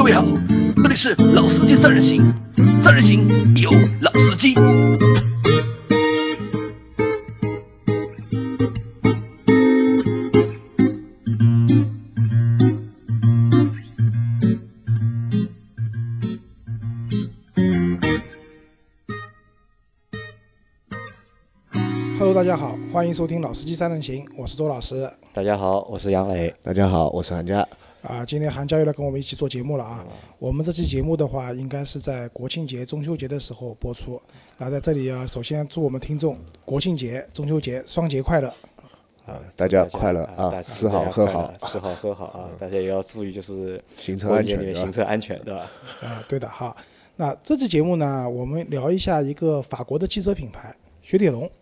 位好，这里是老司机三人行，三人行有老司机。 Hello， 大家好，欢迎收听老司机三人行，我是周老师。 大家好，我是杨磊。 大家好，我是韩佳。 今天韩佳又来跟我们一起做节目了啊。我们这期节目的话，应该是在国庆节、中秋节的时候播出。那在这里啊，首先祝我们听众国庆节、中秋节双节快乐。 大家快乐啊！吃好喝好， 吃好喝好啊！大家也要注意，就是行车安全， 行车安全，对吧？ 对的哈。那这期节目呢，我们聊一下一个法国的汽车品牌雪铁龙。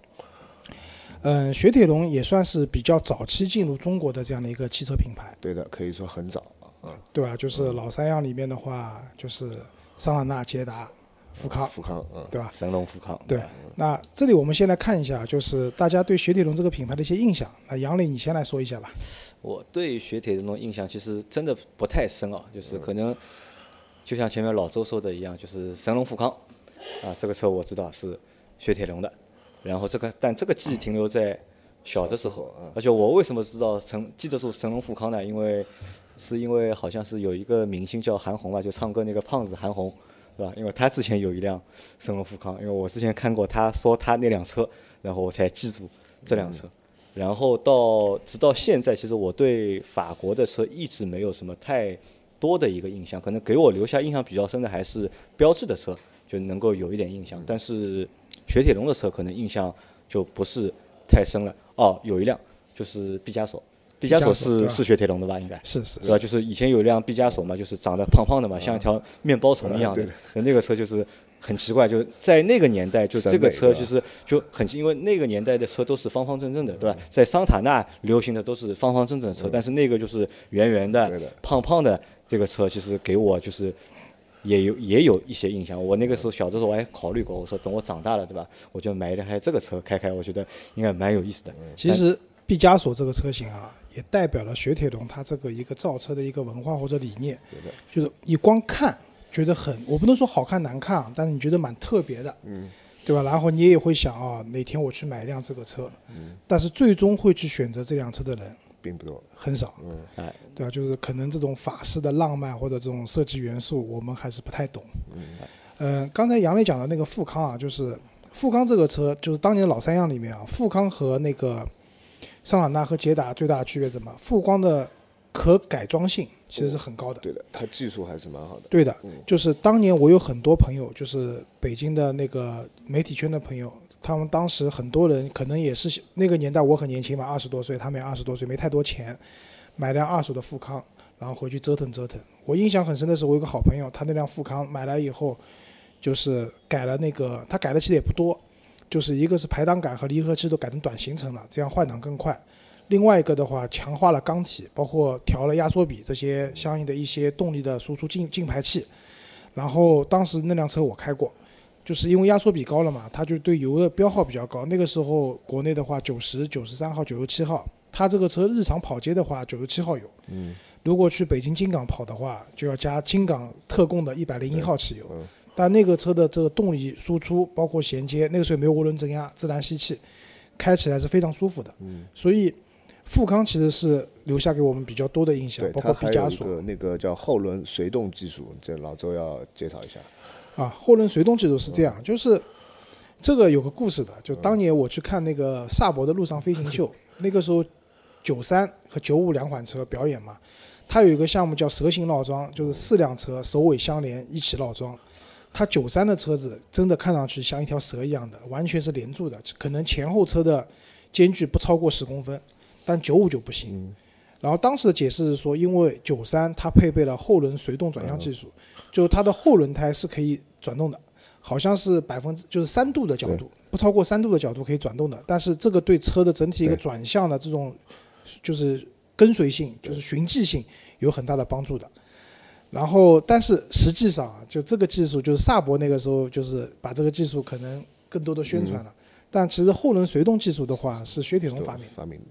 雪铁龙也算是比较早期进入中国的这样的一个汽车品牌。 对的，可以说很早。 对吧？就是老三样里面的话，就是桑塔纳、捷达、富康，对吧？ 神龙富康。 对。那这里我们先来看一下，就是大家对雪铁龙这个品牌的一些印象。那杨磊，你先来说一下吧。 我对雪铁龙印象其实真的不太深哦，就是可能就像前面老周说的一样，就是神龙富康啊，这个车我知道是雪铁龙的。然后但这个记忆停留在小的时候，而且我为什么记得住神龙富康呢？因为好像是有一个明星叫韩红吧，就唱歌那个胖子韩红，对吧？因为他之前有一辆神龙富康，因为我之前看过他说他那辆车，然后我才记住这辆车。然后直到现在，其实我对法国的车一直没有什么太多的一个印象，可能给我留下印象比较深的还是标致的车，就能够有一点印象，但是雪铁龙的车可能印象就不是太深了。有一辆就是毕加索是雪铁龙的吧？应该是对吧？就是以前有一辆毕加索嘛，就是长得胖胖的嘛，像一条面包虫一样的。那个车就是很奇怪，就在那个年代，就这个车其实就很，因为那个年代的车都是方方正正的，对吧？在桑塔纳流行的都是方方正正的车，但是那个就是圆圆的、胖胖的这个车，其实给我就是也有一些印象。我那个时候小的时候我还考虑过，我说等我长大了，对吧？我就买一台这个车开，我觉得应该蛮有意思的。 其实毕加索这个车型啊，也代表了雪铁龙它这个一个造车的一个文化或者理念。就是你光看觉得我不能说好看难看，但是你觉得蛮特别的，对吧？然后你也会想哪天我去买一辆这个车，但是最终会去选择这辆车的人并不多， 很少，对吧？就是可能这种法式的浪漫或者这种设计元素，我们还是不太懂。刚才杨磊讲的那个富康啊，就是富康这个车，就是当年的老三样里面啊，富康和那个桑塔纳和捷达最大的区别是什么？富康的可改装性其实是很高的。 对的，它技术还是蛮好的。 对的，就是当年我有很多朋友，就是北京的那个媒体圈的朋友，他们当时很多人可能也是那个年代，我很年轻嘛，20多岁，他们也20多岁，没太多钱，买辆二手的富康，然后回去折腾。我印象很深的是，我有个好朋友，他那辆富康买来以后，就是改了他改的其实也不多，就是一个是排挡杆和离合器都改成短行程了，这样换挡更快。另外一个的话，强化了缸体，包括调了压缩比这些相应的一些动力的输出进排气。然后当时那辆车我开过，就是因为压缩比高了嘛，它就对油的标号比较高。那个时候国内的话90、93号、97号，它这个车日常跑街的话97号油。如果去北京金港跑的话，就要加金港特供的101号汽油。但那个车的这个动力输出包括衔接，那个时候没有涡轮增压，自然吸气，开起来是非常舒服的。所以富康其实是留下给我们比较多的印象，包括毕加索。 那个叫后轮随动技术，这老周要介绍一下。 后轮随动技术是这样，就是这个有个故事的，就当年我去看那个萨博的陆上飞行秀，那个时候93和95两款车表演嘛，它有一个项目叫蛇形绕桩，就是4辆车首尾相连一起绕桩。它93的车子真的看上去像一条蛇一样的，完全是连住的，可能前后车的间距不超过10公分，但95就不行。然后当时的解释是说，因为93它配备了后轮随动转向技术，就它的后轮胎是可以转动的，好像是就是3度的角度，不超过3度的角度可以转动的。但是这个对车的整体一个转向的这种就是跟随性，就是循迹性有很大的帮助的。然后但是实际上就这个技术，就是萨博那个时候就是把这个技术可能更多的宣传了，但其实后轮随动技术的话是雪铁龙发明的。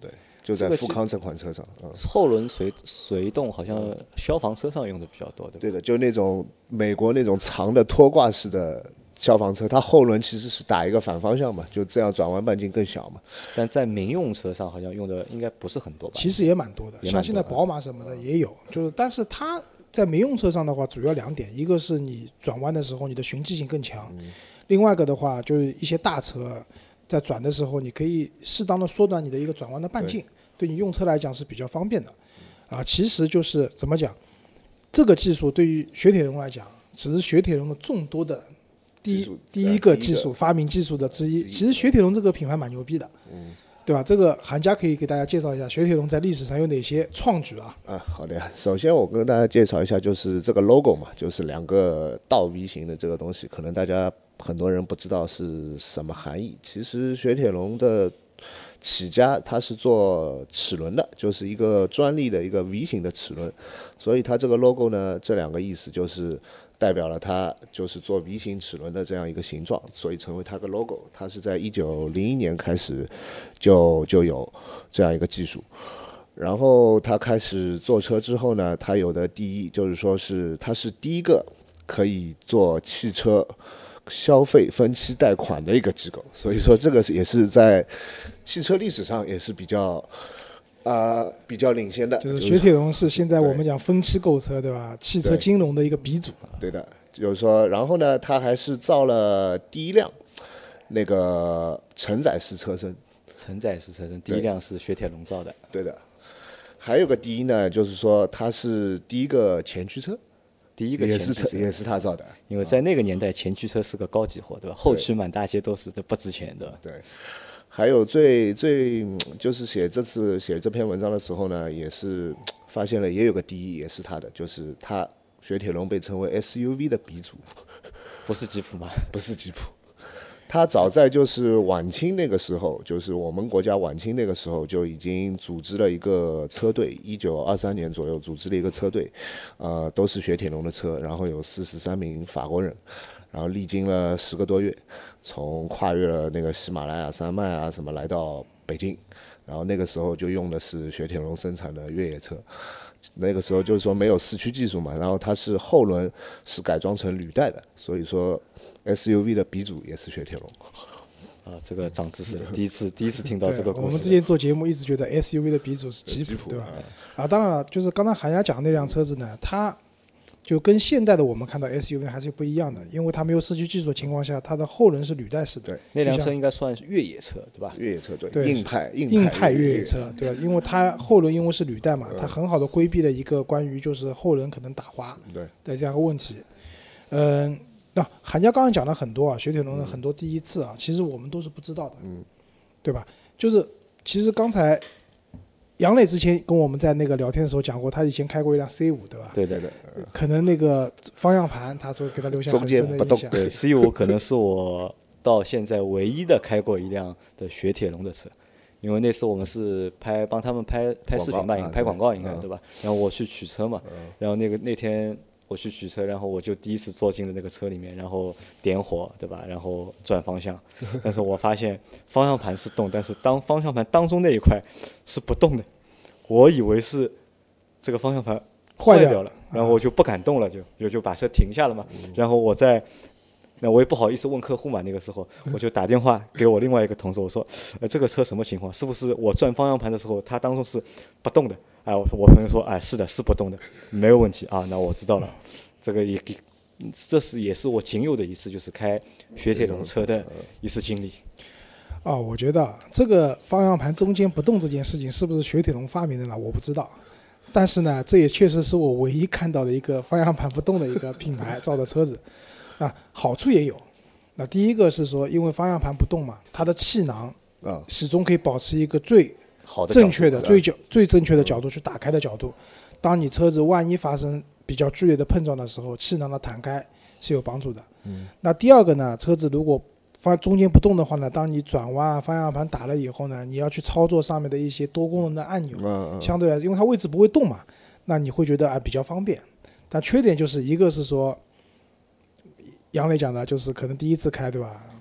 就在富康这款车上。 后轮随动好像消防车上用的比较多，对吧？ 对的，就那种美国那种长的拖挂式的消防车，它后轮其实是打一个反方向嘛，就这样转弯半径更小嘛。 但在民用车上好像用的应该不是很多吧？ 其实也蛮多的， 也蛮多的像现在宝马什么的也有，就是但是它在民用车上的话，主要2点，一个是你转弯的时候你的循迹性更强，另外一个的话就是一些大车在转的时候，你可以适当的缩短你的一个转弯的半径，对你用车来讲是比较方便的。其实就是怎么讲，这个技术对于雪铁龙来讲，只是雪铁龙的众多的第一个技术发明技术的之一。其实雪铁龙这个品牌蛮牛逼的，对吧？这个韩家可以给大家介绍一下雪铁龙在历史上有哪些创举啊？ 好的呀。首先我跟大家介绍一下，就是这个 logo 嘛，就是2个倒 V 型的这个东西，可能大家很多人不知道是什么含义。其实雪铁龙的起家它是做齿轮的，就是一个专利的一个 V 型的齿轮，所以它这个 logo 呢，这2个意思就是代表了它就是做 V 型齿轮的这样一个形状，所以成为它的 logo。它是在1901年开始就有这样一个技术。然后他开始做车之后呢，他有的第一就是说是他是第一个可以做汽车消费分期贷款的一个机构，所以说这个也是在汽车历史上也是比较领先的。 就是雪铁龙是现在我们讲分期购车，对吧？汽车金融的一个鼻祖。 对的，就是说，然后呢，他还是造了第一辆那个承载式车身。 承载式车身第一辆是雪铁龙造的。 对的。还有个第一呢，就是说它是第一个前驱车， 第一个前驱车也是他造的。 因为在那个年代，前驱车是个高级货，对吧？后驱满大街都是，不值钱的。 对。还有最就是写这篇文章的时候呢，也是发现了也有个第一，也是他的，就是他雪铁龙被称为 SUV 的鼻祖。 不是吉普吗？ 不是吉普。他早在就是晚清那个时候，就是我们国家晚清那个时候就已经组织了一个车队，1923年左右组织了一个车队，都是雪铁龙的车，然后有43名法国人，然后历经了10个多月，从跨越了那个喜马拉雅山脉啊什么来到北京，然后那个时候就用的是雪铁龙生产的越野车。那个时候就是说没有四驱技术嘛，然后它是后轮是改装成履带的，所以说 SUV 的鼻祖也是雪铁龙。 这个长知识了，第一次听到这个故事。 我们之前做节目一直觉得 SUV 的鼻祖是吉普，对吧？当然了，就是刚才韩家讲的那辆车子呢，它就跟现代的我们看到 SUV 还是不一样的，因为它没有四驱技术的情况下，它的后轮是履带式的。 对， 那辆车应该算越野车，对吧？ 越野车对， 硬派越野车，对吧？因为它后轮因为是履带嘛，它很好的规避了一个关于就是后轮可能打滑的这样一个问题。那韩家刚刚讲了很多雪铁龙的很多第一次其实我们都是不知道的，对吧？就是其实刚才杨磊之前跟我们在那个聊天的时候讲过，他以前开过一辆 C5，对吧？ 对。 可能那个方向盘，他说给他留下很深的印象。 对 ，C5 可能是我到现在唯一的开过一辆的雪铁龙的车，因为那次我们是帮他们拍视频吧，拍广告应该对吧？然后我去取车嘛，然后那天我去取车，然后我就第一次坐进了那个车里面，然后点火，对吧？然后转方向，但是我发现方向盘是动，但是当方向盘当中那一块是不动的，我以为是这个方向盘坏掉了，然后我就不敢动了，就把车停下了嘛。然后那我也不好意思问客户嘛，那个时候我就打电话给我另外一个同事，我说，这个车什么情况？是不是我转方向盘的时候，它当中是不动的？我朋友说，是的，是不动的，没有问题啊。那我知道了，这个也是我仅有的一次就是开雪铁龙车的一次经历。 我觉得这个方向盘中间不动这件事情是不是雪铁龙发明的呢？我不知道，但是呢，这也确实是我唯一看到的一个方向盘不动的一个品牌造的车子。好处也有。那第一个是说，因为方向盘不动嘛，它的气囊始终可以保持一个最正确的、最正确的角度去打开的角度。当你车子万一发生比较剧烈的碰撞的时候，气囊的弹开是有帮助的。那第二个呢，车子如果中间不动的话呢，当你转弯方向盘打了以后呢，你要去操作上面的一些多功能的按钮，相对来说因为它位置不会动嘛，那你会觉得比较方便。但缺点就是一个是说杨磊讲的，就是可能第一次开，对吧？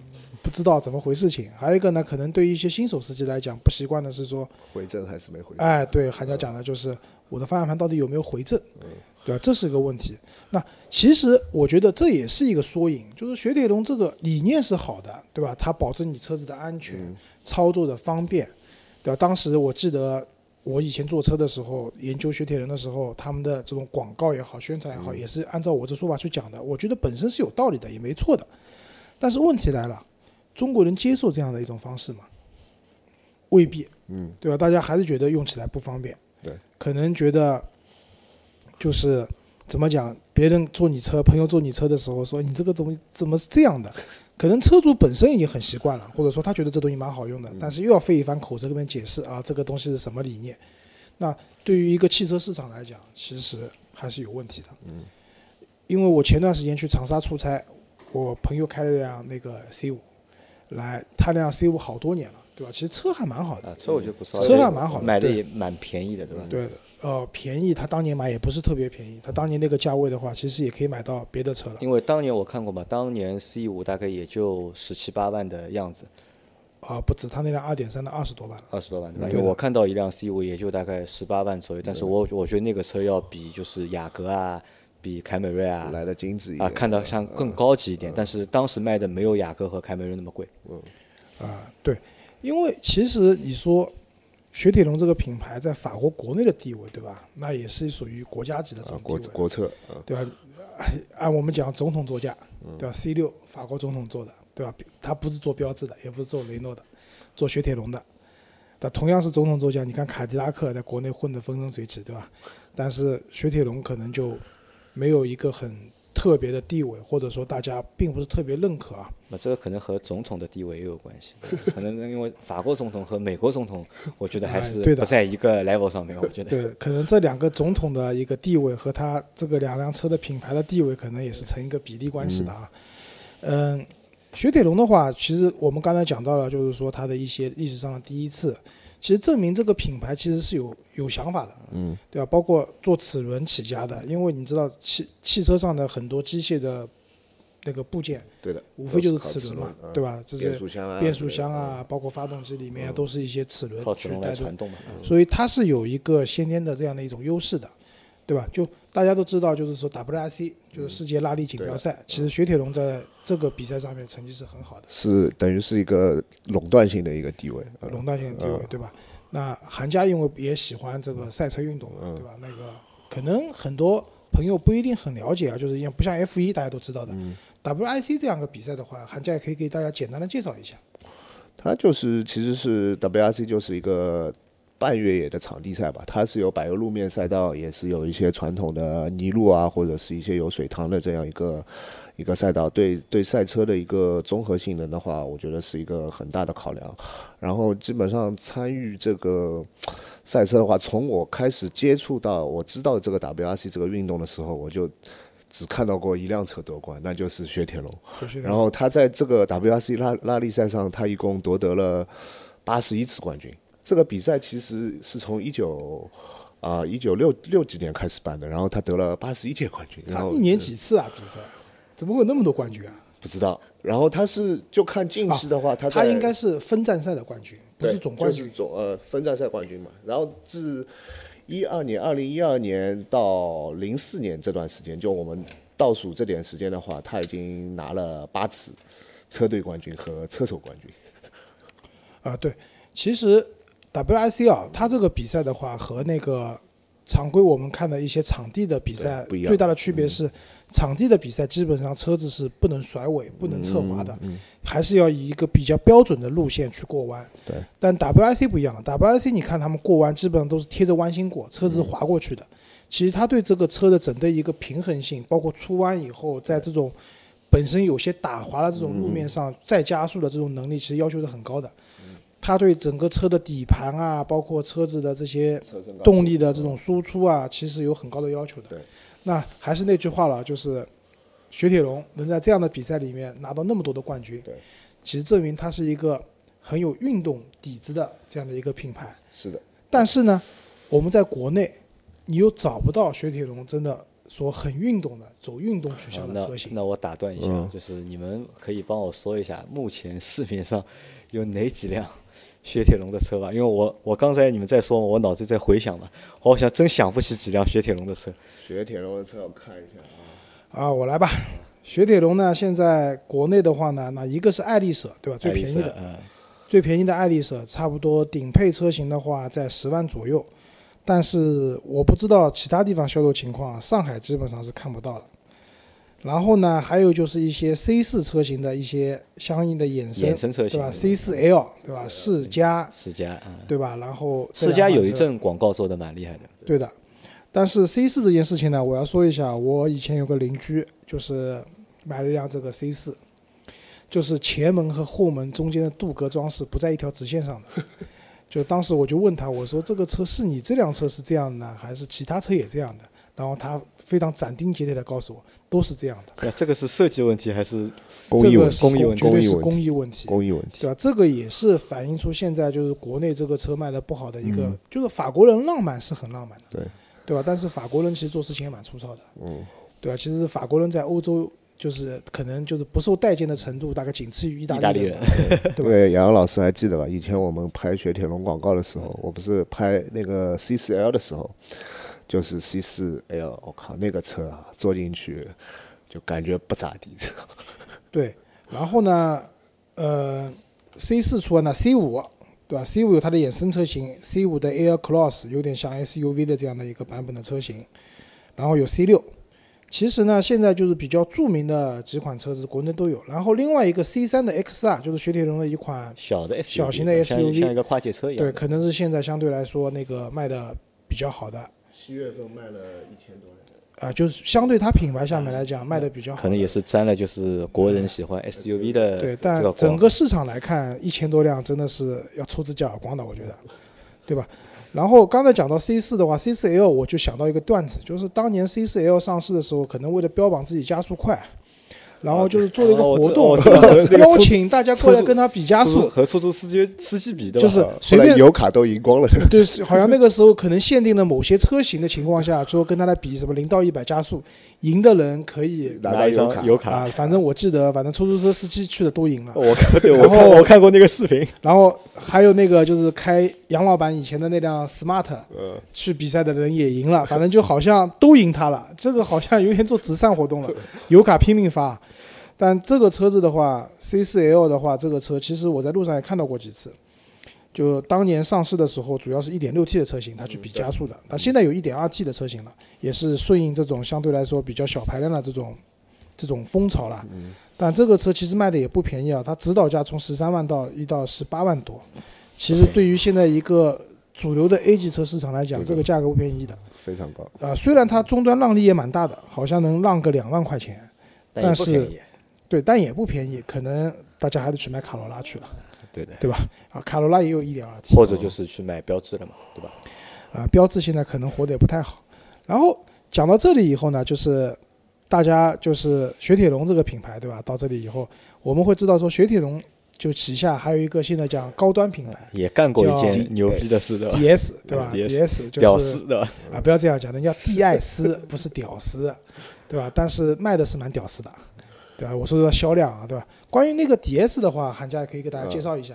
不知道怎么回事情。还有一个呢，可能对于一些新手司机来讲，不习惯的是说回正还是没回正？ 哎，对，韩家讲的就是我的方向盘到底有没有回正，对吧？这是个问题。那其实我觉得这也是一个缩影，就是雪铁龙这个理念是好的，对吧？它保证你车子的安全，操作的方便，对吧？当时我记得我以前坐车的时候，研究雪铁龙的时候，他们的这种广告也好，宣传也好，也是按照我这说法去讲的。我觉得本身是有道理的，也没错的。但是问题来了，中国人接受这样的一种方式吗？未必，对吧？大家还是觉得用起来不方便， 对， 可能觉得就是怎么讲，别人坐你车，朋友坐你车的时候说你这个东西怎么是这样的？可能车主本身已经很习惯了，或者说他觉得这东西蛮好用的，但是又要费一番口舌跟别人解释啊，这个东西是什么理念。那对于一个汽车市场来讲，其实还是有问题的。因为我前段时间去长沙出差，我朋友开了辆那个 C5 来，他那辆 C5 好多年了，对吧？其实车还蛮好的， 车我觉得不错， 车还蛮好的， 买的也蛮便宜的，对吧？ 对的，便宜，他当年买也不是特别便宜，他当年那个价位的话，其实也可以买到别的车了。 因为当年我看过嘛，当年 C5 大概也就17、18万的样子。 不止，他那辆2.3的20多万了。 20多万对吧？因为我看到一辆 C5 也就大概18万左右，但是我觉得那个车要比就是雅阁啊，比凯美瑞啊来的精致一点看到像更高级一点，但是当时卖的没有雅阁和凯美瑞那么贵。 对，因为其实你说雪铁龙这个品牌在法国国内的地位，对吧？那也是属于国家级的这种地位， 国策， 对吧？按我们讲总统座驾，对吧？C6法国总统做的，对吧？它不是做标致的，也不是做雷诺的，做雪铁龙的。但同样是总统座驾，你看凯迪拉克在国内混得风生水起，对吧？但是雪铁龙可能就没有一个很特别的地位，或者说大家并不是特别认可啊。 那这个可能和总统的地位也有关系，可能因为法国总统和美国总统，我觉得还是不在一个 level 上面。我觉得对，可能这两个总统的一个地位和他这个两辆车的品牌的地位，可能也是成一个比例关系的啊。雪铁龙的话，其实我们刚才讲到了，就是说它的一些历史上的第一次，其实证明这个品牌其实是有想法的，对吧？包括做齿轮起家的，因为你知道汽车上的很多机械的那个部件， 对的， 无非就是齿轮嘛，对吧？这些变速箱啊， 包括发动机里面都是一些齿轮靠齿轮来传动嘛， 所以它是有一个先天的这样的一种优势的，对吧？就大家都知道，就是说 WRC 就是世界拉力锦标赛，其实雪铁龙在这个比赛上面成绩是很好的， 是等于是一个垄断性的一个地位， 垄断性的地位，对吧？那韩家因为也喜欢这个赛车运动嘛，对吧？那个可能很多朋友不一定很了解啊，就是不像 F1 大家都知道的，WRC 这样个比赛的话，韩家也可以给大家简单的介绍一下。 它就是其实是 WRC 就是一个半越野的场地赛吧，它是有柏油路面赛道，也是有一些传统的泥路啊，或者是一些有水塘的这样一个赛道，对赛车的一个综合性能的话，我觉得是一个很大的考量。然后基本上参与这个赛车的话，从我开始接触到我知道这个 WRC 这个运动的时候，我就只看到过一辆车夺冠，那就是雪铁龙。然后他在这个 WRC 拉力赛上，他一共夺得了81次冠军。这个比赛其实是从1960几年开始办的，然后他得了81届冠军。 他一年几次啊？比赛怎么会有那么多冠军啊？ 不知道。然后他是就看近期的话， 他应该是分站赛的冠军，不是总冠军。 就是分站赛冠军嘛。然后自2012年到04年这段时间，就我们倒数这点时间的话，他已经拿了8次车队冠军和车手冠军。 对，其实 WRC 啊，它这个比赛的话和那个常规我们看的一些场地的比赛最大的区别是，场地的比赛基本上车子是不能甩尾、不能侧滑的，还是要以一个比较标准的路线去过弯。 对。 但 WRC 不一样 ，WRC 你看他们过弯基本上都是贴着弯心过，车子滑过去的。其实它对这个车的整个一个平衡性，包括出弯以后，在这种本身有些打滑的这种路面上再加速的这种能力，其实要求是很高的。它对整个车的底盘啊，包括车子的这些动力的这种输出啊，其实有很高的要求的。 对。 那还是那句话了，就是雪铁龙能在这样的比赛里面拿到那么多的冠军， 对， 其实证明它是一个很有运动底子的这样的一个品牌。 是的。 但是呢，我们在国内，你又找不到雪铁龙真的说很运动的走运动取向的车型。 那我打断一下，就是你们可以帮我说一下，目前市面上有哪几辆雪铁龙的车吧？因为我刚才你们在说，我脑子在回想嘛，好像真想不起几辆雪铁龙的车。 雪铁龙的车我看一下我来吧。雪铁龙呢，现在国内的话呢，那一个是爱丽舍，对吧？最便宜的，最便宜的爱丽舍，差不多顶配车型的话在10万左右。但是我不知道其他地方销售情况，上海基本上是看不到了。然后呢，还有就是一些 C4 车型的一些相应的衍生车型， 对吧 ？C4L 对吧？4加，对吧？然后 4加有一阵广告做的蛮厉害的。 对的，但是 C4 这件事情呢，我要说一下，我以前有个邻居就是买了一辆这个 C4，就是前门和后门中间的镀铬装饰不在一条直线上的。就当时我就问他，我说这个车是你这辆车是这样的呢，还是其他车也这样的？然后他非常斩钉截铁的告诉我，都是这样的。 这个是设计问题还是工艺问题？ 绝对是工艺问题。 工艺问题， 对吧？这个也是反映出现在就是国内这个车卖的不好的一个，就是法国人浪漫是很浪漫的，对吧？但是法国人其实做事情也蛮粗糙的，对吧？其实法国人在欧洲就是可能就是不受待见的程度，大概仅次于意大利人，对吧？ 对，杨老师还记得吧？以前我们拍雪铁龙广告的时候，我不是拍那个 C4L 的时候。就是 C4L， 我靠，那个车啊，坐进去就感觉不咋地。 对，然后呢，C4 出了呢 C5， 对吧 ？C5 有它的衍生车型 ，C5 的 Air Cross 有点像 SUV 的这样的一个版本的车型，然后有 C6。其实呢，现在就是比较著名的几款车子，国内都有。然后另外一个 C3 的 XR 就是雪铁龙的一款小型的 SUV， 像一个跨界车一样。 对，可能是现在相对来说那个卖的比较好的。 7月份卖了1000多辆。 就是相对它品牌下面来讲卖的比较好， 可能也是沾了就是国人喜欢 SUV 的对，但整个市场来看，1000多辆真的是要抽自己耳光的，我觉得，对吧？然后刚才讲到 C4 的话 ，C4L 我就想到一个段子，就是当年 C4L 上市的时候，可能为了标榜自己加速快。然后就是做了一个活动，邀请大家过来跟他比加速， 和出租司机比， 就是随便油卡都赢光了。 对，好像那个时候可能限定了某些车型的情况下，说跟他来比什么0到100加速，赢的人可以拿一张油卡。 反正我记得，反正出租车司机去的都赢了。 我看过那个视频。 然后还有那个就是开杨老板以前的那辆 Smart，去比赛的人也赢了，反正就好像都赢他了。这个好像有点做慈善活动了，油卡拼命发。但这个车子的话 ，C4L 的话，这个车其实我在路上也看到过几次。就当年上市的时候，主要是 1.6T 的车型，它去比加速的。但现在有 1.2T 的车型了，也是顺应这种相对来说比较小排量的这种风潮了。但这个车其实卖的也不便宜啊，它指导价从13万到18万多。其实对于现在一个主流的 A 级车市场来讲，这个价格不便宜的， 非常高。 虽然它终端让利也蛮大的，好像能让个2万块钱，但是。对，但也不便宜，可能大家还得去买卡罗拉去了，对吧？卡罗拉也有 1.2T， 或者就是去买标致了嘛，对吧？ 标致现在可能活得也不太好。然后讲到这里以后呢，就是大家就是雪铁龙这个品牌，对吧？到这里以后，我们会知道说雪铁龙就旗下还有一个现在讲高端品牌， 也干过一件牛逼的事，对吧 ？DS 对吧 ？DS 就是屌丝，对吧？ 不要这样讲，人家蒂艾斯不是屌丝，对吧？但是卖的是蛮屌丝的。对吧？我说的销量啊，对吧？关于那个 DS 的话，韩家可以给大家介绍一下。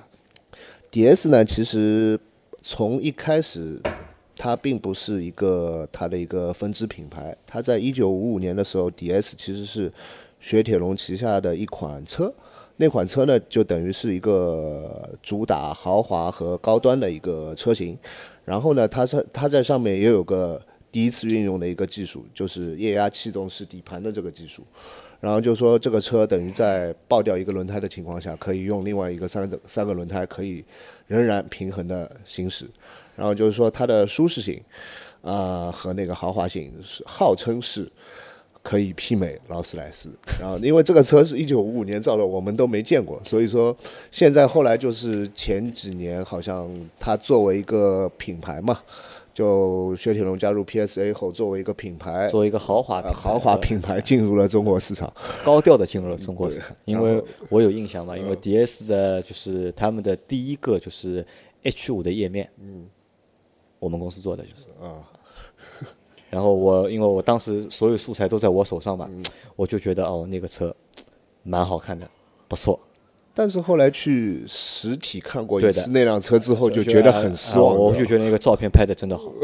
DS 呢，其实从一开始，它并不是它的一个分支品牌。它在1955年的时候 ，DS 其实是雪铁龙旗下的一款车。那款车呢，就等于是一个主打豪华和高端的一个车型。然后呢，它在上面也有个第一次运用的一个技术，就是液压气动式底盘的这个技术。然后就说这个车等于在爆掉一个轮胎的情况下，可以用另外一个三个轮胎可以仍然平衡的行驶。然后就是说它的舒适性和那个豪华性号称是可以媲美劳斯莱斯。然后因为这个车是1955年造的，我们都没见过，所以说现在后来就是前几年好像它作为一个品牌嘛。就雪铁龙加入 PSA 后，作为一个品牌， 作为一个豪华品牌进入了中国市场， 高调的进入了中国市场。因为我有印象嘛，因为 DS 的就是他们的第一个就是 H5 的页面，我们公司做的就是然后因为我当时所有素材都在我手上嘛，我就觉得那个车蛮好看的，不错。 但是后来去实体看过一对的次那辆车之后，就觉得很失望。 我就觉得那个照片拍的真的好。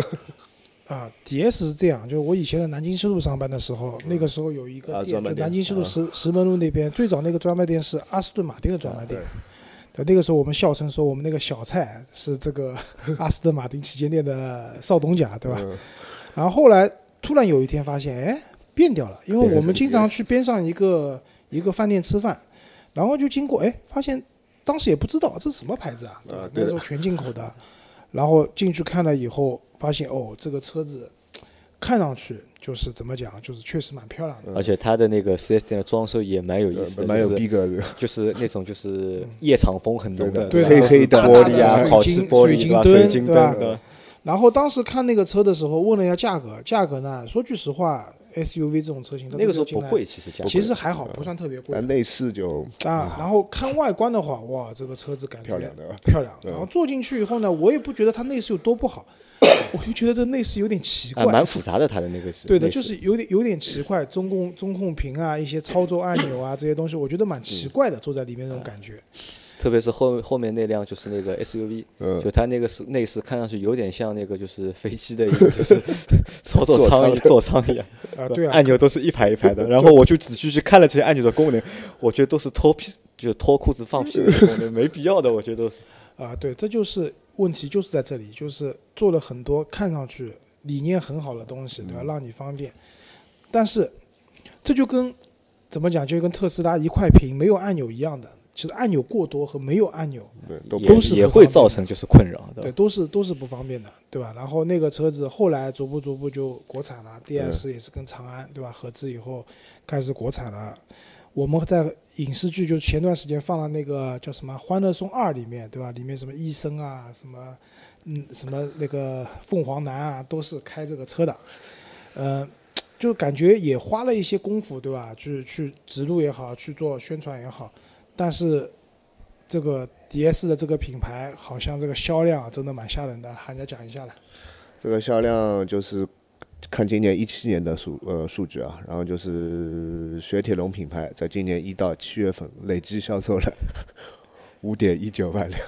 DS 是这样，就是我以前在南京西路上班的时候，那个时候有一个店，就南京西路石门路那边，最早那个专卖店是阿斯顿马丁的专卖店。对，那个时候我们笑称说我们那个小蔡是这个阿斯顿马丁旗舰店的少东家，对吧？然后后来突然有一天发现，变掉了，因为我们经常去边上一个饭店吃饭，然后就经过，发现当时也不知道这是什么牌子啊，那时候全进口的，然后进去看了以后，发现这个车子看上去就是怎么讲，就是确实蛮漂亮的， 而且它的那个 4S 店的装修也蛮有意思的， 蛮有逼格的， 就是那种就是夜场风很浓的， 对， 黑黑的玻璃啊， 烤漆玻璃，水晶灯，对吧？ 然后当时看那个车的时候，问了一下价格呢，说句实话 ，SUV 这种车型那个时候不贵， 其实还好，不算特别贵。 但内饰就然后看外观的话，哇，这个车子感觉漂亮的， 漂亮。然后坐进去以后呢，我也不觉得它内饰有多不好，我就觉得这内饰有点奇怪， 蛮复杂的，它的那个是。 对的，就是有点奇怪，中控屏啊，一些操作按钮啊这些东西，我觉得蛮奇怪的，坐在里面那种感觉。 特别是后面那辆就是那个 SUV，就它那个是内饰看上去有点像那个就是飞机的一个就是操作座舱一样对啊， 按钮都是一排一排的。然后我就仔细去看了这些按钮的功能，我觉得都是脱裤子放屁的功能，没必要的，我觉得都是。 对，这就是问题，就是在这里，就是做了很多看上去理念很好的东西，对吧？让你方便，但是这就跟怎么讲，就跟特斯拉一块屏没有按钮一样的。其实按钮过多和没有按钮都是也会造成就是困扰， 对，都是不方便的，对吧？然后那个车子后来逐步就国产了，DS 也是跟长安对吧合资以后开始国产了。我们在影视剧就前段时间放了那个叫什么《欢乐颂2》里面，对吧？里面什么医生啊，什么那个凤凰男啊，都是开这个车的，就感觉也花了一些功夫，对吧？去植入也好，去做宣传也好。但是这个 DS 的这个品牌好像这个销量真的蛮吓人的，喊家讲一下了。 这个销量就是看今年17年的数据啊，然后就是雪铁龙品牌在今年1到7月份累计销售了5.19万辆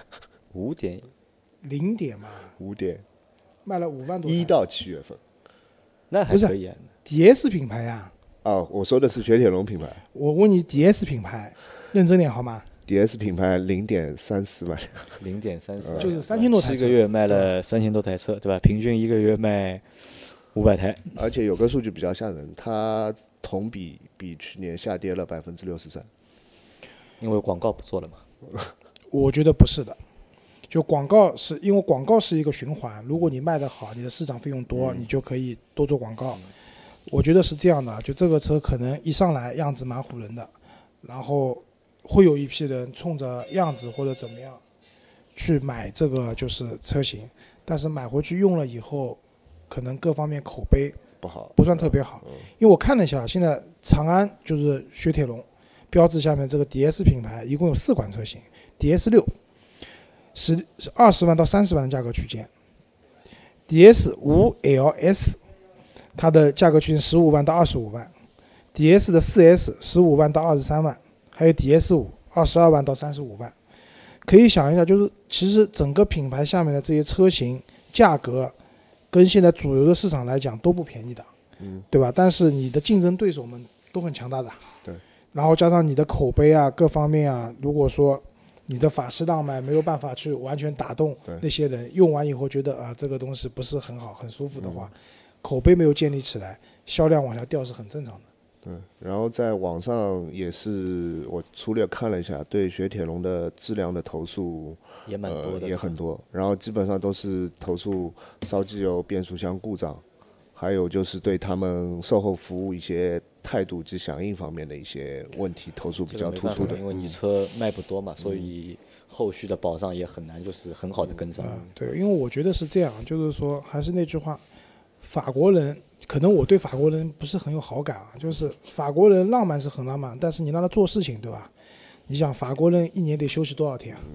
0点嘛 ，5点卖了5万多 ，1到7月份， 那还可以啊。 DS 品牌呀？ 我说的是雪铁龙品牌。 我问你 DS 品牌。认真点好吗 ？DS 品牌0.34万辆 ，0.34万， 就是3000多台车 ，7个月卖了3000多台车，对吧？平均1个月卖500台。 而且有个数据比较吓人，它同比去年下跌了63%。 因为广告不做了嘛？ 我觉得不是的，就广告是因为广告是一个循环，如果你卖得好，你的市场费用多，你就可以多做广告。我觉得是这样的，就这个车可能一上来样子蛮唬人的，然后会有一批人冲着样子或者怎么样去买这个就是车型，但是买回去用了以后，可能各方面口碑不好， 不算特别好。因为我看了一下，现在长安就是雪铁龙标志下面这个 DS 品牌一共有4款车型 ，DS6 是20万到30万的价格区间 ，DS5LS 它的价格区间15万到25万 ，DS 的4S 15万到23万。还有 DS5 22万到35万，可以想一下，就是其实整个品牌下面的这些车型价格，跟现在主流的市场来讲都不便宜的，对吧？但是你的竞争对手们都很强大的， 对。 然后加上你的口碑啊，各方面啊，如果说你的法式浪漫没有办法去完全打动那些人，用完以后觉得这个东西不是很好、很舒服的话，口碑没有建立起来，销量往下掉是很正常的。 对，然后在网上也是我粗略看了一下，对雪铁龙的质量的投诉也蛮多的， 也很多。然后基本上都是投诉烧机油、变速箱故障，还有就是对他们售后服务一些态度及响应方面的一些问题投诉比较突出的。 因为你车卖不多嘛，所以后续的保障也很难，就是很好的跟上。 对，因为我觉得是这样，就是说还是那句话，法国人。可能我对法国人不是很有好感啊，就是法国人浪漫是很浪漫，但是你让他做事情，对吧？你想法国人一年得休息多少天啊？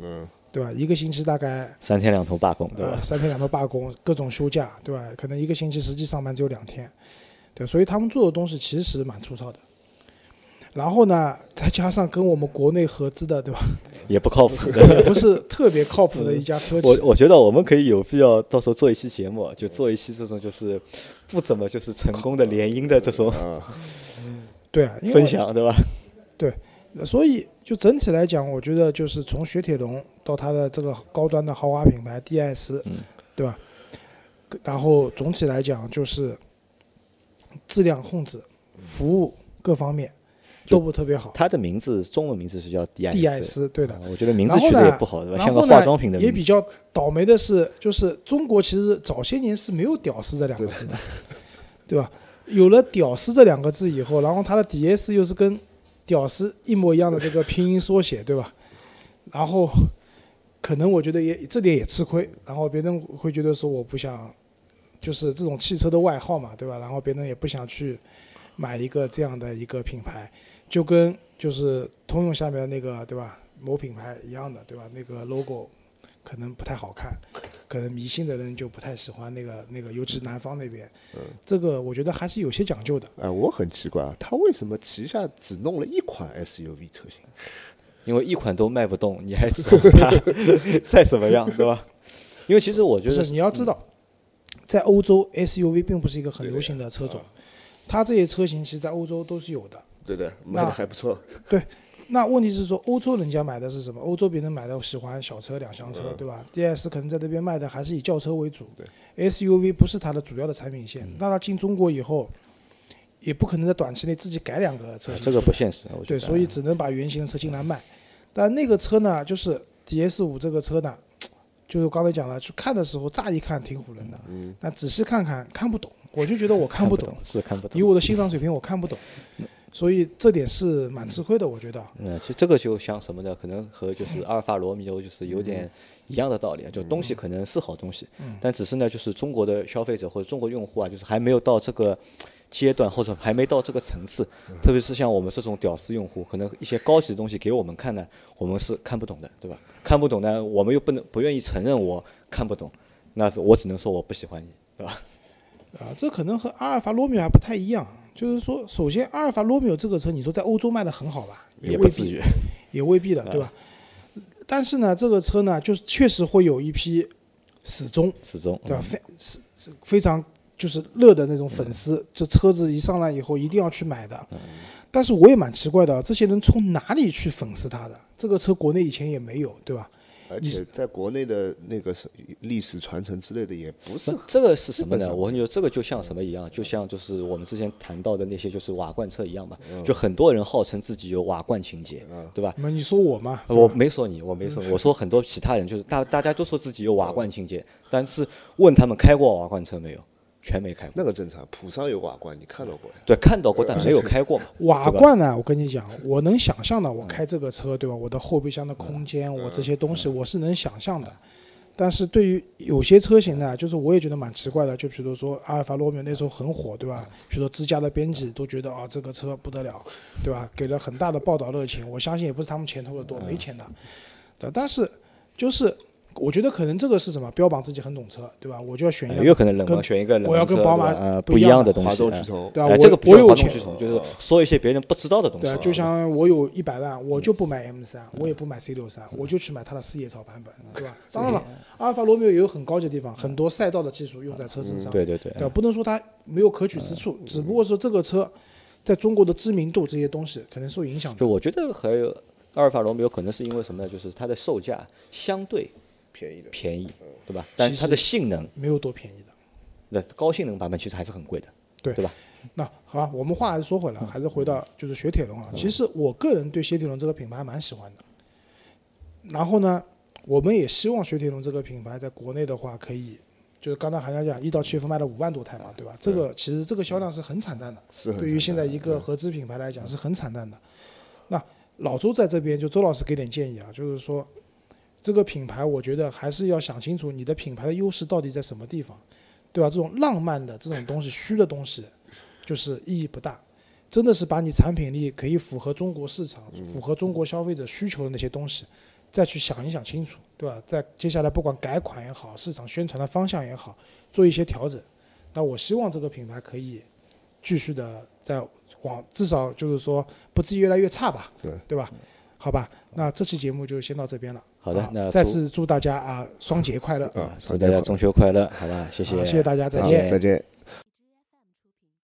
对吧？一个星期大概 3天2头罢工，对吧？ 3天2头罢工，各种休假，对吧？可能一个星期实际上班只有2天，对，所以他们做的东西其实蛮粗糙的。然后呢，再加上跟我们国内合资的，对吧？ 也不靠谱的。 也不是特别靠谱的一家车企。 我觉得我们可以有必要到时候做一期节目，就做一期这种就是不怎么就是成功的联姻的这种对啊， 分享，对吧？ 对，所以就整体来讲，我觉得就是从雪铁龙到它的这个高端的豪华品牌 DS，对吧？然后总体来讲就是质量控制、服务各方面都不特别好。 它的名字中文名字是叫 DS， 对的。 我觉得名字取得也不好，对吧？像个化妆品的名字。 也比较倒霉的是，就是中国其实早些年是没有屌丝这2个字的，对吧？有了屌丝这2个字以后，然后它的 DS 又是跟屌丝一模一样的这个拼音缩写，对吧？然后可能我觉得这点也吃亏，然后别人会觉得说我不想，就是这种汽车的外号嘛，对吧？然后别人也不想去买一个这样的一个品牌，就跟就是通用下面的那个对吧某品牌一样的，对吧？那个 logo 可能不太好看，可能迷信的人就不太喜欢那个，尤其是南方那边，这个我觉得还是有些讲究的。 我很奇怪啊，他为什么旗下只弄了1款 SUV 车型？ 因为1款都卖不动，你还找他再怎么样，对吧？因为其实我觉得你要知道，在欧洲 SUV 并不是一个很流行的车种，它这些车型其实在欧洲都是有的。 对的，卖的还不错。 对，那问题是说欧洲人家买的是什么？欧洲别人买的喜欢小车2厢车，对吧 ？DS 可能在这边卖的还是以轿车为主，对 ，SUV 不是它的主要的产品线。那它进中国以后，也不可能在短期内自己改2个车型， 这个不现实，我觉得。 对，所以只能把原型的车进来卖。但那个车呢，就是 DS5这个车呢，就是我刚才讲了，去看的时候乍一看挺唬人的，但仔细看看看不懂，我就觉得我看不懂， 是看不懂， 以我的欣赏水平我看不懂。所以这点是蛮吃亏的，我觉得。 其实这个就像什么呢？可能和就是阿尔法罗密欧就是有点一样的道理，就东西可能是好东西，但只是呢，就是中国的消费者或者中国用户啊，就是还没有到这个阶段，或者还没到这个层次。特别是像我们这种屌丝用户，可能一些高级的东西给我们看呢，我们是看不懂的，对吧？看不懂呢，我们又不愿意承认我看不懂，那我只能说我不喜欢你，对吧？ 这可能和阿尔法罗密欧还不太一样。就是说，首先阿尔法罗密欧这个车，你说在欧洲卖的很好吧？ 也不至于， 也未必的，对吧？但是呢，这个车呢，就是确实会有一批死忠，对吧？非常就是热的那种粉丝，这车子一上来以后一定要去买的。但是我也蛮奇怪的，这些人从哪里去粉丝它的？这个车国内以前也没有，对吧？ 而且在国内的那个历史传承之类的也不是。 这个是什么呢？我跟你说，这个就像什么一样，就像就是我们之前谈到的那些就是瓦罐车一样嘛。就很多人号称自己有瓦罐情节，对吧？ 你说我吗？ 我没说你，我没说，我说很多其他人，就是大家都说自己有瓦罐情节，但是问他们开过瓦罐车没有？全没开过。 那个正常，普上有瓦罐，你看到过呀？ 对，看到过，但没有开过嘛。 瓦罐呢，我跟你讲，我能想象的，我开这个车，对吧？我的后备箱的空间，我这些东西我是能想象的。但是对于有些车型呢，就是我也觉得蛮奇怪的，就比如说阿尔法罗密欧那时候很火，对吧？比如说自家的编辑都觉得啊，这个车不得了，对吧？给了很大的报道热情，我相信也不是他们钱投的多，没钱的。对，但是就是。我觉得可能这个是什么？标榜自己很懂车，对吧？我就要选一个， 有可能冷门选一个， 我要跟宝马不一样的东西， 对吧？ 这个我有钱， 就是说一些别人不知道的东西。 对，就像我有100万，我就不买 M3，我也不买 C63，我就去买它的4叶草版本，对吧？当然了，阿尔法罗密欧也有很高级的地方，很多赛道的技术用在车身上， 对， 不能说它没有可取之处，只不过是这个车在中国的知名度这些东西可能受影响的。 就我觉得还有阿尔法罗密欧可能是因为什么呢？就是它的售价相对便宜，对吧？但是它的性能没有多便宜的。 那高性能版本其实还是很贵的，对吧？ 那好吧，我们话还是说回来，还是回到就是雪铁龙啊。其实我个人对雪铁龙这个品牌还蛮喜欢的。然后呢，我们也希望雪铁龙这个品牌在国内的话，可以就是刚才好像讲1到7月份卖了5万多台嘛，对吧？这个其实这个销量是很惨淡的，对于现在一个合资品牌来讲是很惨淡的。那老周在这边就周老师给点建议啊，就是说。这个品牌，我觉得还是要想清楚你的品牌的优势到底在什么地方，对吧？这种浪漫的这种东西、虚的东西，就是意义不大。真的是把你产品力可以符合中国市场、符合中国消费者需求的那些东西，再去想一想清楚， 对吧？在接下来不管改款也好，市场宣传的方向也好，做一些调整。那我希望这个品牌可以继续的在至少就是说不至于越来越差吧，对吧？好吧，那这期节目就先到这边了。 好的，那再次祝大家双节快乐祝大家中秋快乐，好吧，谢谢， 谢谢大家，再好见， 再见。